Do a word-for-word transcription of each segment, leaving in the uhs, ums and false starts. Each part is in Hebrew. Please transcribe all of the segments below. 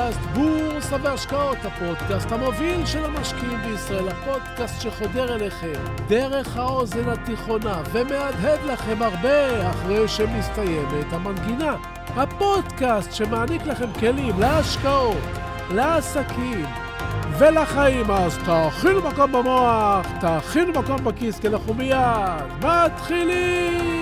לפודקאסט בורסה והשקעות, הפודקאסט המוביל של המשקיעים בישראל, הפודקאסט שחודר אליכם דרך האוזן התיכונה ומהדהד לכם הרבה אחרי שמסתיימת המנגינה. הפודקאסט שמעניק לכם כלים להשקעות, לעסקים ולחיים. אז תאכינו מקום במוח, תאכינו מקום בכיס, כי אנחנו מיד מתחילים.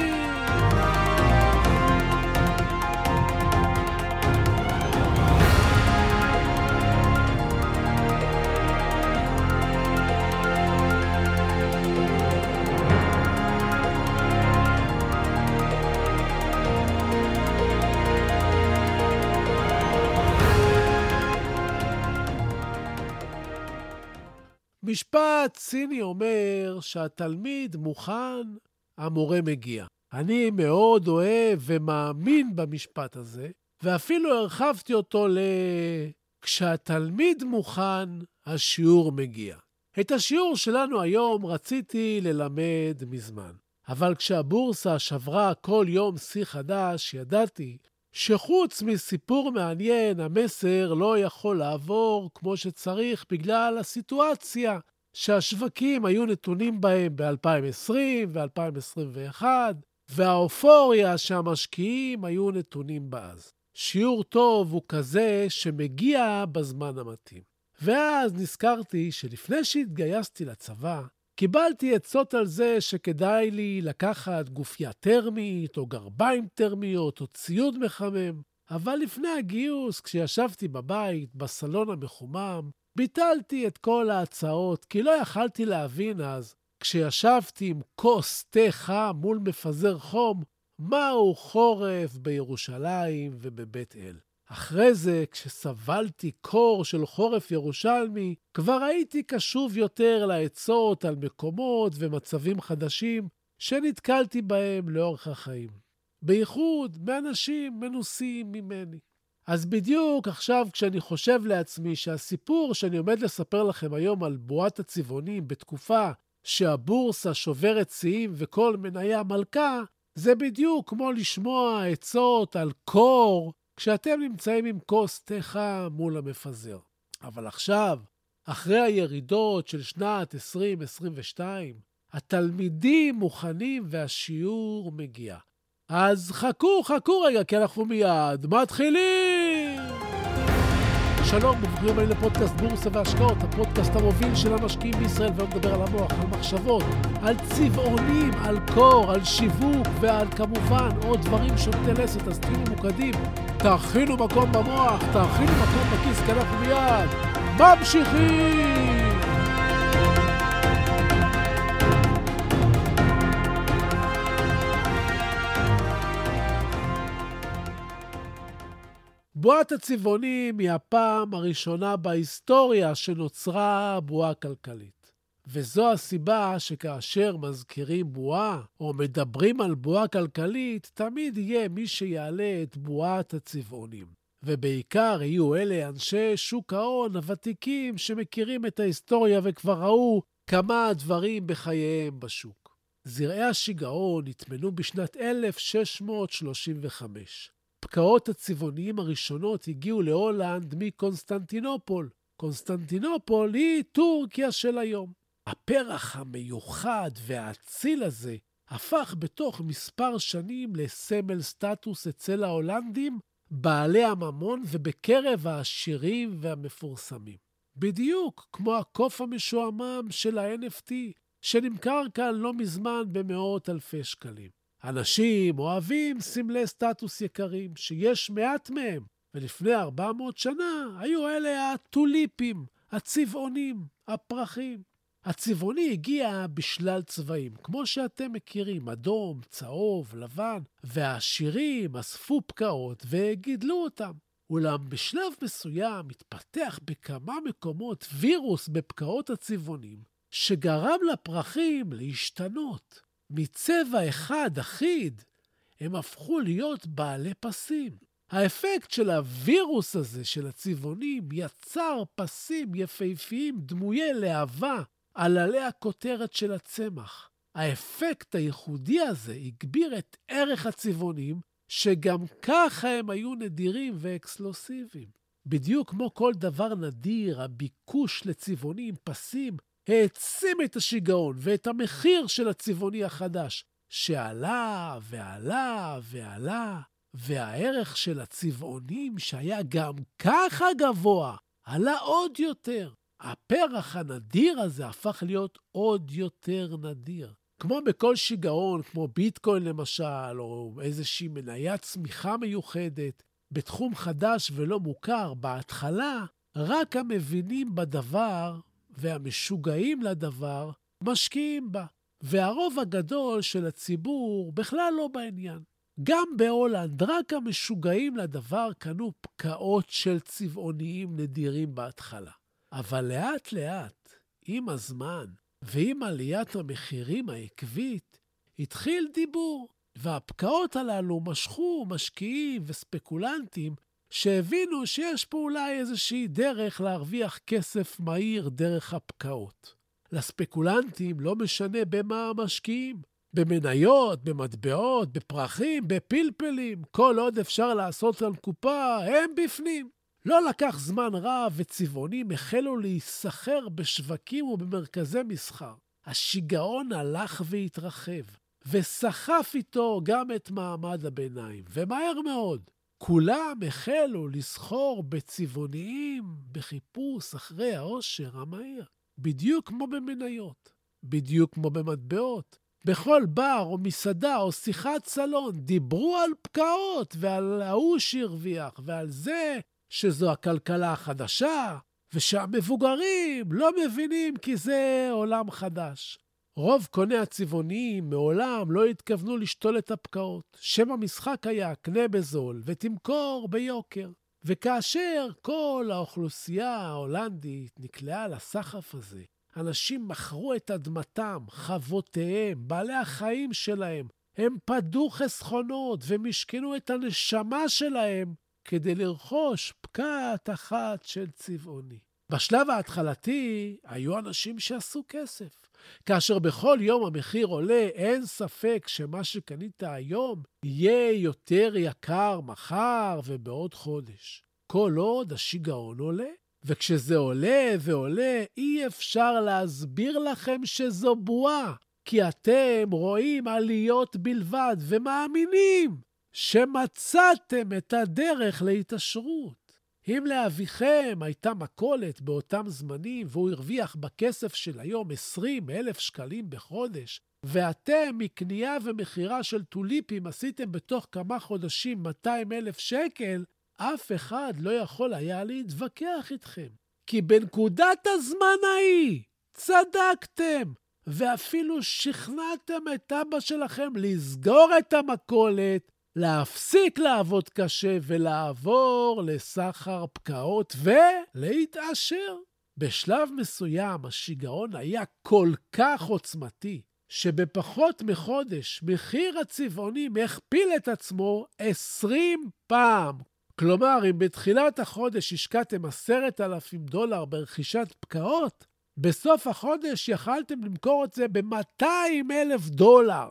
משפט ציני אומר שהתלמיד מוכן, המורה מגיע. אני מאוד אוהב ומאמין במשפט הזה, ואפילו הרחבתי אותו ל... כשהתלמיד מוכן, השיעור מגיע. את השיעור שלנו היום רציתי ללמד מזמן, אבל כשהבורסה שברה כל יום שיא חדש, ידעתי שחוץ מסיפור מעניין, המסר לא יכול לעבור כמו שצריך בגלל הסיטואציה שהשווקים היו נתונים בהם ב-אלפיים עשרים ו-אלפיים עשרים ואחת, והאופוריה שהמשקיעים היו נתונים באז. שיעור טוב הוא כזה שמגיע בזמן המתאים. ואז נזכרתי שלפני שהתגייסתי לצבא, קיבלתי עצות על זה שכדאי לי לקחת גופייה טרמית או גרביים טרמיות או ציוד מחמם. אבל לפני הגיוס, כשישבתי בבית, בסלון המחומם, ביטלתי את כל ההצעות, כי לא יכלתי להבין אז, כשישבתי עם כוס תה חם מול מפזר חום, מהו חורף בירושלים ובבית אל. אחרי זה, כשסבלתי קור של חורף ירושלמי, כבר הייתי קשוב יותר לעצות על מקומות ומצבים חדשים שנתקלתי בהם לאורך החיים. בייחוד מאנשים מנוסים ממני. אז בדיוק עכשיו כשאני חושב לעצמי שהסיפור שאני עומד לספר לכם היום על בועת הצבעונים בתקופה שהבורסה שוברת שיאים וכל מניה מלכה, זה בדיוק כמו לשמוע עצות על קור כשאתם נמצאים עם כוס תה חם מול המפזר. אבל עכשיו, אחרי הירידות של שנת עשרים עשרים ושתיים, התלמידים מוכנים והשיעור מגיע. אז חכו, חכו רגע, כי אנחנו מיד מתחילים! שלום, וברוכים הבאים לפודקאסט בורסה והשקעות, הפודקאסט המוביל של המשקיעים בישראל, והוא מדבר על המוח, על מחשבות, על צבעונים, על קור, על שיווק ועל כמובן עוד דברים שוטי לסת. אז תהיו ממוקדים, תאכינו מקום במוח, תאכינו מקום בכיס, כי אנחנו מיד ממשיכים! בועת הצבעונים היא הפעם הראשונה בהיסטוריה שנוצרה בועה כלכלית. וזו הסיבה שכאשר מזכירים בועה או מדברים על בועה כלכלית, תמיד יהיה מי שיעלה את בועת הצבעונים. ובעיקר יהיו אלה אנשי שוק ההון הוותיקים שמכירים את ההיסטוריה וכבר ראו כמה דברים בחייהם בשוק. זרעי השיגעון התמנו בשנת אלף שש מאות שלושים וחמש. פקעות הצבעוניים הראשונות הגיעו להולנד מקונסטנטינופול. קונסטנטינופול היא טורקיה של היום. הפרח המיוחד והאציל הזה הפך בתוך מספר שנים לסמל סטטוס אצל ההולנדים, בעלי הממון ובקרב העשירים והמפורסמים. בדיוק כמו הקוף המשועמם של ה-אן אף טי, שנמכר כאן לא מזמן במאות אלפי שקלים. אנשים אוהבים סמלי סטטוס יקרים, שיש מעט מהם, ולפני ארבע מאות שנה היו אלה הטוליפים, הצבעונים, הפרחים. הצבעוני הגיע בשלל צבעים, כמו שאתם מכירים, אדום, צהוב, לבן, והעשירים אספו פקעות וגידלו אותם. אולם בשלב מסוים התפתח בכמה מקומות וירוס בפקעות הצבעונים, שגרם לפרחים להשתנות. מצבע אחד אחיד, הם הפכו להיות בעלי פסים. האפקט של הווירוס הזה של הצבעונים יצר פסים יפהפיים דמויי להבה על עלי הכותרת של הצמח. האפקט הייחודי הזה הגביר את ערך הצבעונים, שגם ככה הם היו נדירים ואקסקלוסיביים. בדיוק כמו כל דבר נדיר, הביקוש לצבעונים פסים העצים את השיגעון ואת המחיר של הצבעוני החדש, שעלה ועלה ועלה, והערך של הצבעונים שהיה גם ככה גבוה, עלה עוד יותר. הפרח הנדיר הזה הפך להיות עוד יותר נדיר. כמו בכל שיגעון, כמו ביטקוין למשל, או איזושהי מניית צמיחה מיוחדת, בתחום חדש ולא מוכר, בהתחלה, רק המבינים בדבר והמשוגעים לדבר משקיעים בה, והרוב הגדול של הציבור בכלל לא בעניין. גם בהולנד, רק המשוגעים לדבר קנו פקעות של צבעוניים נדירים בהתחלה. אבל לאט לאט, עם הזמן ועם עליית המחירים העקבית, התחיל דיבור, והפקעות הללו משכו משקיעים וספקולנטים שהבינו שיש פה אולי איזושהי דרך להרוויח כסף מהיר דרך הפקעות. לספקולנטים לא משנה במה המשקיעים, במניות, במטבעות, בפרחים, בפלפלים, כל עוד אפשר לעשות על קופה, הם בפנים. לא לקח זמן רב וצבעונים החלו להיסחר בשווקים ובמרכזי מסחר. השיגעון הלך והתרחב, וסחף איתו גם את מעמד הביניים, ומהר מאוד. כולם החלו לסחור בצבעוניים בחיפוש אחרי העושר המהיר, בדיוק כמו במניות, בדיוק כמו במטבעות. בכל בר או מסעדה או שיחת סלון דיברו על פקעות ועל ההוא שהרוויח ועל זה שזו הכלכלה החדשה, ושהמבוגרים לא מבינים כי זה עולם חדש. רוב קוני הצבעוניים מעולם לא התכוונו לשתול את הפקעות. שם המשחק היה קנה בזול ותמכור ביוקר. וכאשר כל האוכלוסייה ההולנדית נקלעה לסחף הזה, אנשים מכרו את אדמתם, חוותיהם, בעלי החיים שלהם. הם פדו חסכונות ומשכנו את הנשמה שלהם כדי לרכוש פקעת אחת של צבעוני. בשלב ההתחלתי היו אנשים שעשו כסף. כאשר בכל יום המחיר עולה, אין ספק שמה שקנית היום יהיה יותר יקר מחר ובעוד חודש. כל עוד השיגעון עולה, וכשזה עולה ועולה, אי אפשר להסביר לכם שזו בועה, כי אתם רואים עליות בלבד ומאמינים שמצאתם את הדרך להתעשרות. אם לאביכם הייתה מכולת באותם זמנים והוא הרוויח בכסף של היום עשרים אלף שקלים בחודש, ואתם מקנייה ומחירה של טוליפים עשיתם בתוך כמה חודשים מאתיים אלף שקל, אף אחד לא יכול היה להתווכח איתכם. כי בנקודת הזמן ההיא צדקתם, ואפילו שכנעתם את אבא שלכם לסגור את המכולת, להפסיק לעבוד קשה ולעבור לסחר פקעות ולהתעשר. בשלב מסוים השיגעון היה כל כך עוצמתי, שבפחות מחודש מחיר הצבעונים הכפיל את עצמו עשרים פעם. כלומר, אם בתחילת החודש השקעתם עשרת אלפים דולר ברכישת פקעות, בסוף החודש יכלתם למכור את זה ב-מאתיים אלף דולר.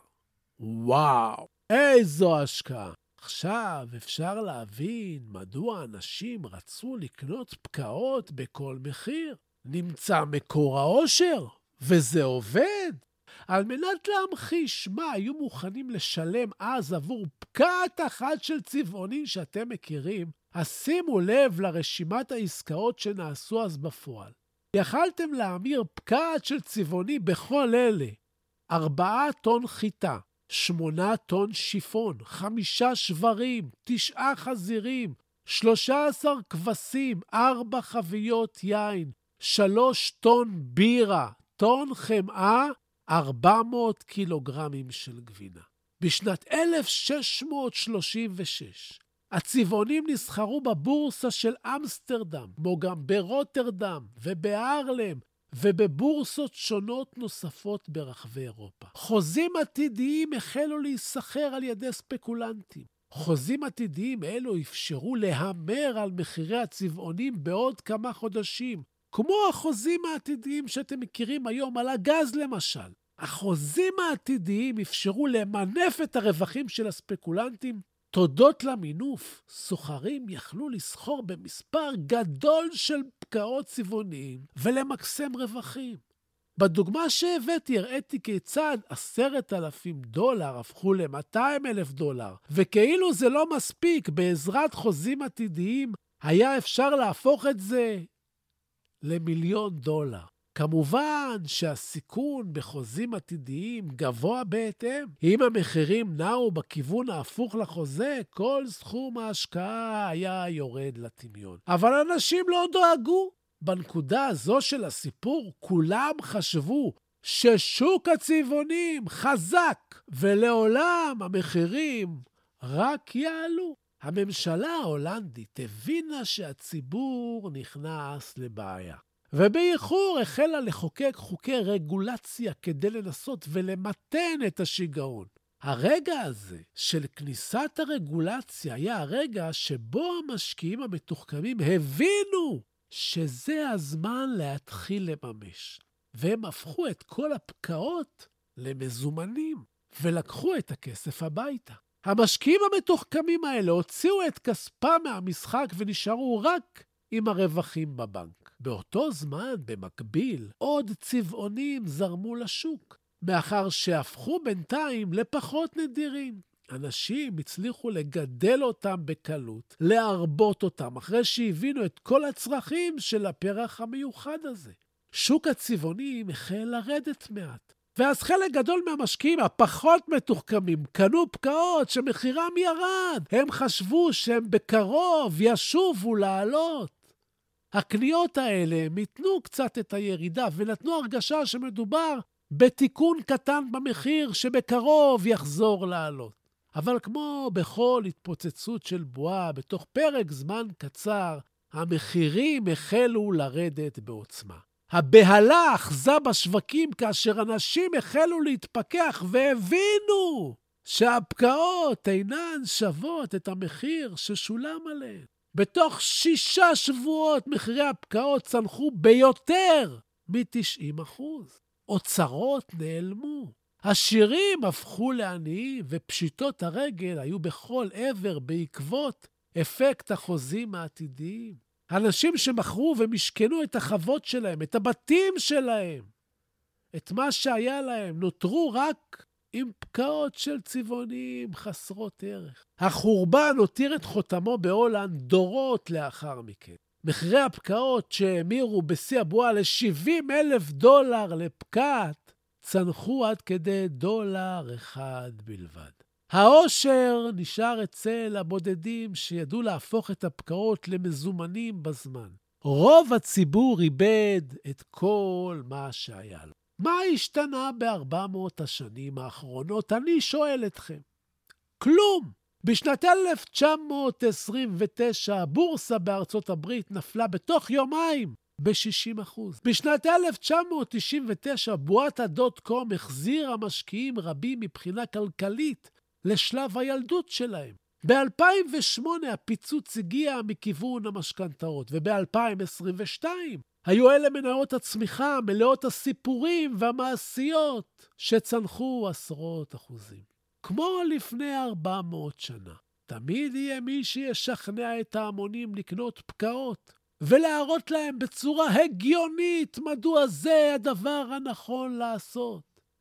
וואו, איזו השקעה. עכשיו אפשר להבין מדוע אנשים רצו לקנות פקעות בכל מחיר. נמצא מקור העושר, וזה עובד. על מנת להמחיש מה היו מוכנים לשלם אז עבור פקעת אחת של צבעונים שאתם מכירים, אז שימו לב לרשימת העסקאות שנעשו אז בפועל. יכלתם להמיר פקעת של צבעוני בכל אלה: ארבעה טון חיטה, שמונה טון שיפון, חמישה שברים, תשעה חזירים, שלושה עשר כבשים, ארבע חביות יין, שלוש טון בירה, טון חמאה, ארבע מאות קילוגרמים של גבינה. בשנת אלף שש מאות שלושים ושש, הצבעונים נסחרו בבורסה של אמסטרדם, כמו גם ברוטרדם ובהרלם, ובבורסות שונות נוספות ברחבי אירופה. חוזים עתידיים החלו להיסחר על ידי ספקולנטים. חוזים עתידיים אלו אפשרו להמר על מחירי הצבעונים בעוד כמה חודשים, כמו החוזים העתידיים שאתם מכירים היום על הגז למשל. החוזים העתידיים אפשרו למנף את הרווחים של הספקולנטים תודות למינוף, סוחרים יכלו לסחור במספר גדול של פקעות צבעוניים ולמקסם רווחים. בדוגמה שהבאתי הראיתי כיצד עשרת אלפים דולר הפכו ל-מאתיים אלף דולר, וכאילו זה לא מספיק, בעזרת חוזים עתידיים היה אפשר להפוך את זה למיליון דולר. כמובן שהסיכון בחוזים עתידיים גבוה בהתאם. אם המחירים נעו בכיוון ההפוך לחוזה, כל סכום ההשקעה היה יורד לטמיון. אבל אנשים לא דואגו. בנקודה הזו של הסיפור כולם חשבו ששוק הצבעונים חזק, ולעולם המחירים רק יעלו. הממשלה ההולנדית הבינה שהציבור נכנס לבעיה, ובאיחור החלה לחוקק חוקי רגולציה כדי לנסות ולמתן את השיגעון. הרגע הזה של כניסת הרגולציה היה הרגע שבו המשקיעים המתוחכמים הבינו שזה הזמן להתחיל לממש. והם הפכו את כל הפקעות למזומנים, ולקחו את הכסף הביתה. המשקיעים המתוחכמים האלה הוציאו את כספם מהמשחק ונשארו רק עם הרווחים בבנק. באותו זמן, במקביל, עוד צבעונים זרמו לשוק, מאחר שהפכו בינתיים לפחות נדירים. אנשים הצליחו לגדל אותם בקלות, להרבות אותם, אחרי שהבינו את כל הצרכים של הפרח המיוחד הזה. שוק הצבעונים החל לרדת מעט, ואז חלק גדול מהמשקיעים הפחות מתוחכמים קנו פקעות שמחירם ירד. הם חשבו שהם בקרוב ישובו לעלות. הקניות האלה מיתנו קצת את הירידה ונתנו הרגשה שמדובר בתיקון קטן במחיר שבקרוב יחזור לעלות. אבל כמו בכל התפוצצות של בועה, בתוך פרק זמן קצר, המחירים החלו לרדת בעוצמה. הבהלה אחזה בשווקים כאשר אנשים החלו להתפכח והבינו שהפקעות אינן שוות את המחיר ששולם עליהן. בתוך שישה שבועות מחירי הפקעות צנחו ביותר מ-תשעים אחוז. אוצרות נעלמו. השירים הפכו לעניים ופשיטות הרגל היו בכל עבר בעקבות אפקט החוזים העתידיים. אנשים שמכרו ומשכנו את החוות שלהם, את הבתים שלהם, את מה שהיה להם, נותרו רק עם פקעות של צבעונים חסרות ערך. החורבן הותיר את חותמו בהולנד דורות לאחר מכן. מחירי הפקעות שהאמירו בשיא הבועה ל-שבעים אלף דולר לפקעת, צנחו עד כדי דולר אחד בלבד. העושר נשאר אצל הבודדים שידעו להפוך את הפקעות למזומנים בזמן. רוב הציבור איבד את כל מה שהיה לו. מה השתנה ב-ארבע מאות השנים האחרונות? אני שואל אתכם. כלום. בשנת אלף תשע מאות עשרים ותשע הבורסה בארצות הברית נפלה בתוך יומיים ב-שישים אחוז. בשנת אלף תשע מאות תשעים ותשע בועת הדוט קום החזירה משקיעים רבים מבחינה כלכלית לשלב הילדות שלהם. ב-אלפיים ושמונה הפיצוץ הגיע מכיוון המשכנתאות, וב-אלפיים עשרים ושתיים היו אלה מניות הצמיחה מלאות הסיפורים והמעשיות שצנחו עשרות אחוזים. כמו לפני ארבע מאות שנה, תמיד יהיה מי שישכנע את ההמונים לקנות פקעות, ולהראות להם בצורה הגיונית מדוע זה הדבר הנכון לעשות.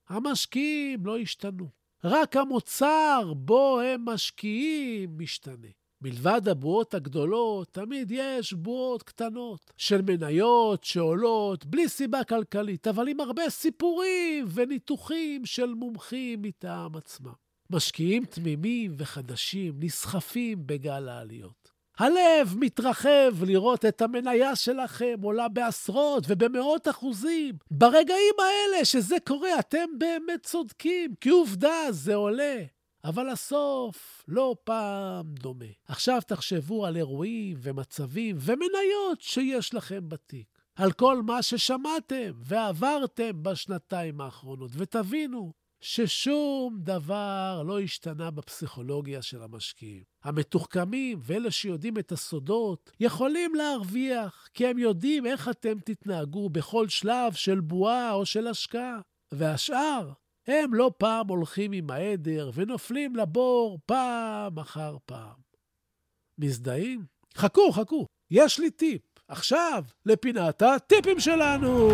המשקיעים לא השתנו. רק המוצר בו הם משקיעים משתנה. מלבד הבועות הגדולות, תמיד יש בועות קטנות של מניות שעולות בלי סיבה כלכלית, אבל עם הרבה סיפורים וניתוחים של מומחים מטעם עצמם. משקיעים תמימים וחדשים נסחפים בגל העליות. הלב מתרחב לראות את המניה שלכם עולה בעשרות ובמאות אחוזים. ברגעים האלה שזה קורה אתם באמת צודקים, כי עובדה זה עולה. אבל הסוף לא פעם דומה. עכשיו תחשבו על אירועים ומצבים ומניות שיש לכם בתיק. על כל מה ששמעתם ועברתם בשנתיים האחרונות, ותבינו ששום דבר לא השתנה בפסיכולוגיה של המשקיעים. המתוחכמים ואלה שיודעים את הסודות יכולים להרוויח, כי הם יודעים איך אתם תתנהגו בכל שלב של בועה או של השקעה. והשאר הם לא פעם הולכים עם העדר ונופלים לבור פעם אחר פעם. מזדהים? חכו, חכו, יש לי טיפ. עכשיו, לפינת הטיפים שלנו.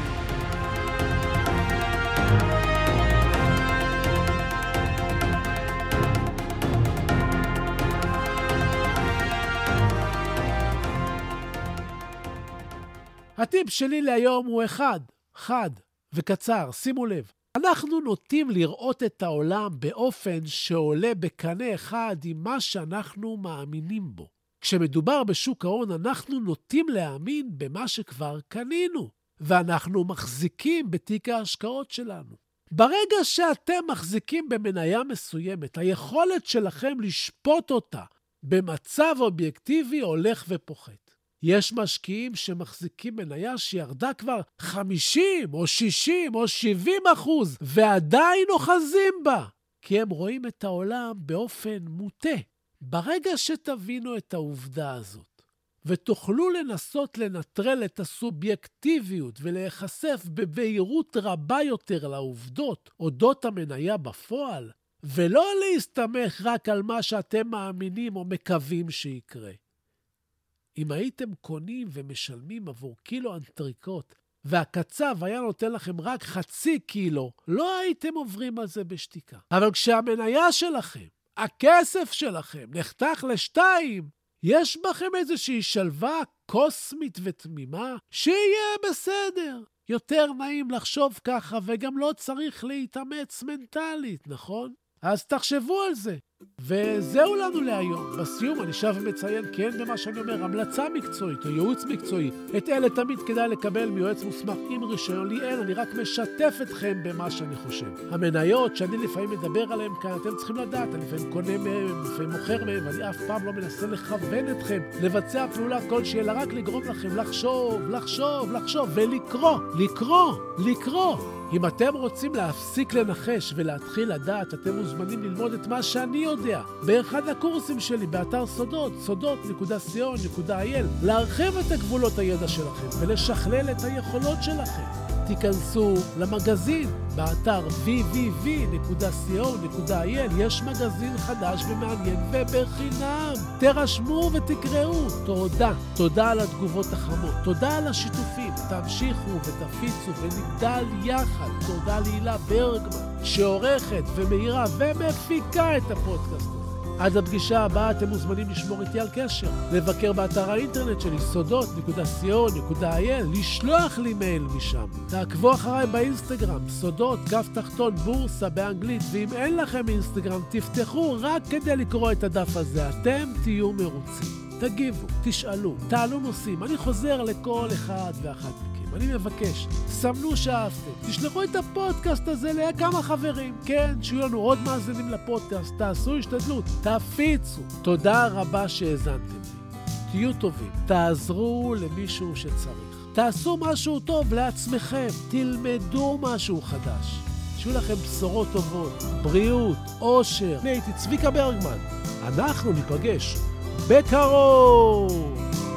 הטיפ שלי להיום הוא אחד, חד וקצר, שימו לב. אנחנו נוטים לראות את העולם באופן שעולה בקנה אחד עם מה שאנחנו מאמינים בו. כשמדובר בשוק ההון, אנחנו נוטים להאמין במה שכבר קנינו, ואנחנו מחזיקים בתיק ההשקעות שלנו. ברגע שאתם מחזיקים במניה מסוימת, היכולת שלכם לשפוט אותה במצב אובייקטיבי הולך ופוחת. יש משקיעים שמחזיקים מניה שירדה כבר חמישים או שישים או שבעים אחוז, ועדיין אוחזים בה, כי הם רואים את העולם באופן מוטה. ברגע שתבינו את העובדה הזאת, ותוכלו לנסות לנטרל את הסובייקטיביות ולהיחשף בבהירות רבה יותר לעובדות אודות המניה בפועל, ולא להסתמך רק על מה שאתם מאמינים או מקווים שיקרה. אם הייתם קונים ומשלמים עבור קילו אנטריקוט, והקצב היה נותן לכם רק חצי קילו, לא הייתם עוברים על זה בשתיקה. אבל כשהמניה שלכם, הכסף שלכם, נחתך לשתיים, יש בכם איזושהי שלווה קוסמית ותמימה, שיהיה בסדר. יותר נעים לחשוב ככה, וגם לא צריך להתאמץ מנטלית, נכון? אז תחשבו על זה. וזהו לנו להיום. בסיום אני שב ומציין כן במה שאני אומר, המלצה מקצועית או ייעוץ מקצועי. את אלה תמיד כדאי לקבל מיועץ מוסמך עם רישיון. לי אין, אני רק משתף אתכם במה שאני חושב. המניות שאני לפעמים מדבר עליהן כאן, אתם צריכים לדעת, אני לפעמים קונה מהם, לפעמים מוכר מהם, ואני אף פעם לא מנסה לכוון אתכם, לבצע פעולה כלשהי, אלא רק לגרום לכם לחשוב, לחשוב, לחשוב, ולקרוא, לקרוא, לקרוא. אם אתם רוצים להפסיק לנחש ולהתחיל לדעת, אתם מוזמנים ללמוד את מה שאני יודע באחד הקורסים שלי באתר סודות, סודות נקודה סי או נקודה איי אל, להרחיב את הגבולות הידע שלכם ולשכלל את היכולות שלכם. תיכנסו למגזין באתר דאבליו דאבליו דאבליו נקודה סי או נקודה איי אל, יש מגזין חדש ומעניין ובחינם. תרשמו ותקראו. תודה. תודה על התגובות החמות. תודה על השיתופים. תמשיכו ותפיצו ונגדל יחד. תודה להילה ברגמן, שעורכת ומהירה ומפיקה את הפודקאסט הזה. עד הפגישה הבאה אתם מוזמנים לשמור איתי על קשר, לבקר באתר האינטרנט שלי סודות נקודה סי או נקודה איי אל, לשלוח לי מייל משם. תעקבו אחריי באינסטגרם, סודות, כף תחתון, בורסה באנגלית, ואם אין לכם אינסטגרם, תפתחו רק כדי לקרוא את הדף הזה, אתם תהיו מרוצים. תגיבו, תשאלו, תעלו נושאים, אני חוזר לכל אחד ואחת מכם. אני מבקש, סמנו שאהבתם, תשלחו את הפודקאסט הזה לכמה חברים. כן, שיהיו לנו עוד מאזינים לפודקאסט, תעשו השתדלות, תפיצו. תודה רבה שהאזנתם לי. תהיו טובים, תעזרו למישהו שצריך. תעשו משהו טוב לעצמכם, תלמדו משהו חדש. שיהיו לכם בשורות טובות, בריאות, אושר. אני הייתי צביקה ברגמן. אנחנו ניפגש בקרוב.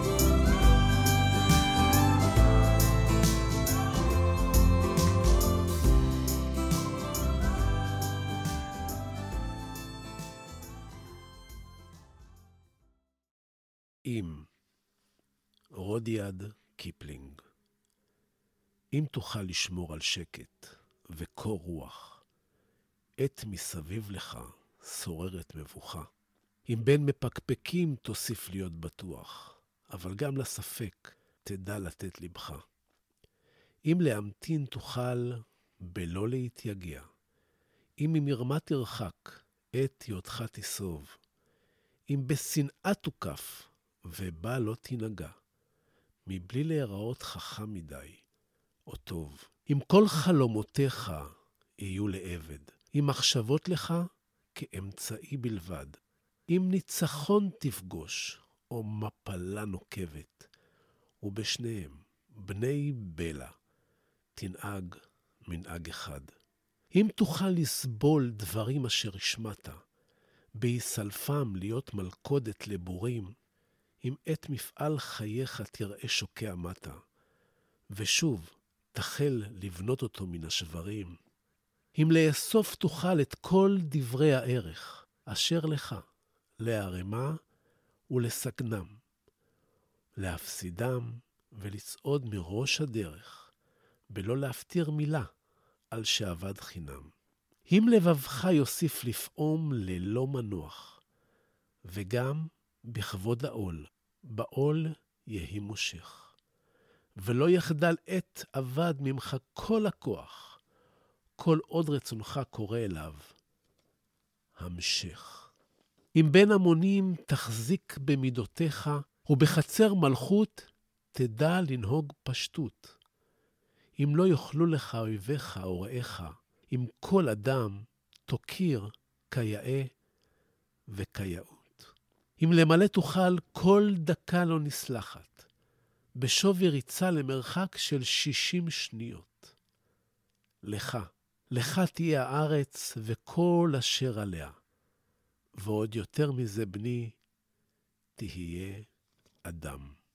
אם רודיעד קיפלינג, אם תוכל לשמור על שקט וקור רוח, עת מסביב לך שוררת מבוכה. אם בין מפקפקים תוסיף להיות בטוח, אבל גם לספק תדע לתת לבך. אם להמתין תוכל בלא להתייגע, אם ממרמה תרחק, עת היותך תסוב, אם בשנאה תוקף, ובה לא תנגע, מבלי להיראות חכם מדי, או טוב. אם כל חלומותיך יהיו לעבד, אם מחשבות לך כאמצעי בלבד, אם ניצחון תפגוש, או מפלה נוקבת, ובשניהם, בני בלה, תנהג מנהג אחד. אם תוכל לסבול דברים אשר השמעת, ביסלפם להיות מלכודת לבורים, אם את מפעל חייך תראה שוקע מטה, ושוב תחל לבנות אותו מן השברים. אם לאסוף תוכל את כל דברי הערך, אשר לך, להרמה ולסגנם, להפסידם ולצעוד מראש הדרך, בלא להפתיר מילה על שעבד חינם. אם לבבך יוסיף לפעום ללא מנוח, וגם בכבוד העול, בעול יהי מושך. ולא יחדל עת עבד ממך כל הכוח, כל עוד רצונך קורא אליו, המשך. אם בין המונים תחזיק במידותיך, ובחצר מלכות תדע לנהוג פשטות. אם לא יוכלו לך אויביך או רעיך, אם כל אדם תוקיר כיאה וכיאות. אם למלא תוכל כל דקה לא נסלחת, בשווי ריצה למרחק של שישים שניות. לך, לך תהיה הארץ וכל אשר עליה, ועוד יותר מזה בני, תהיה אדם.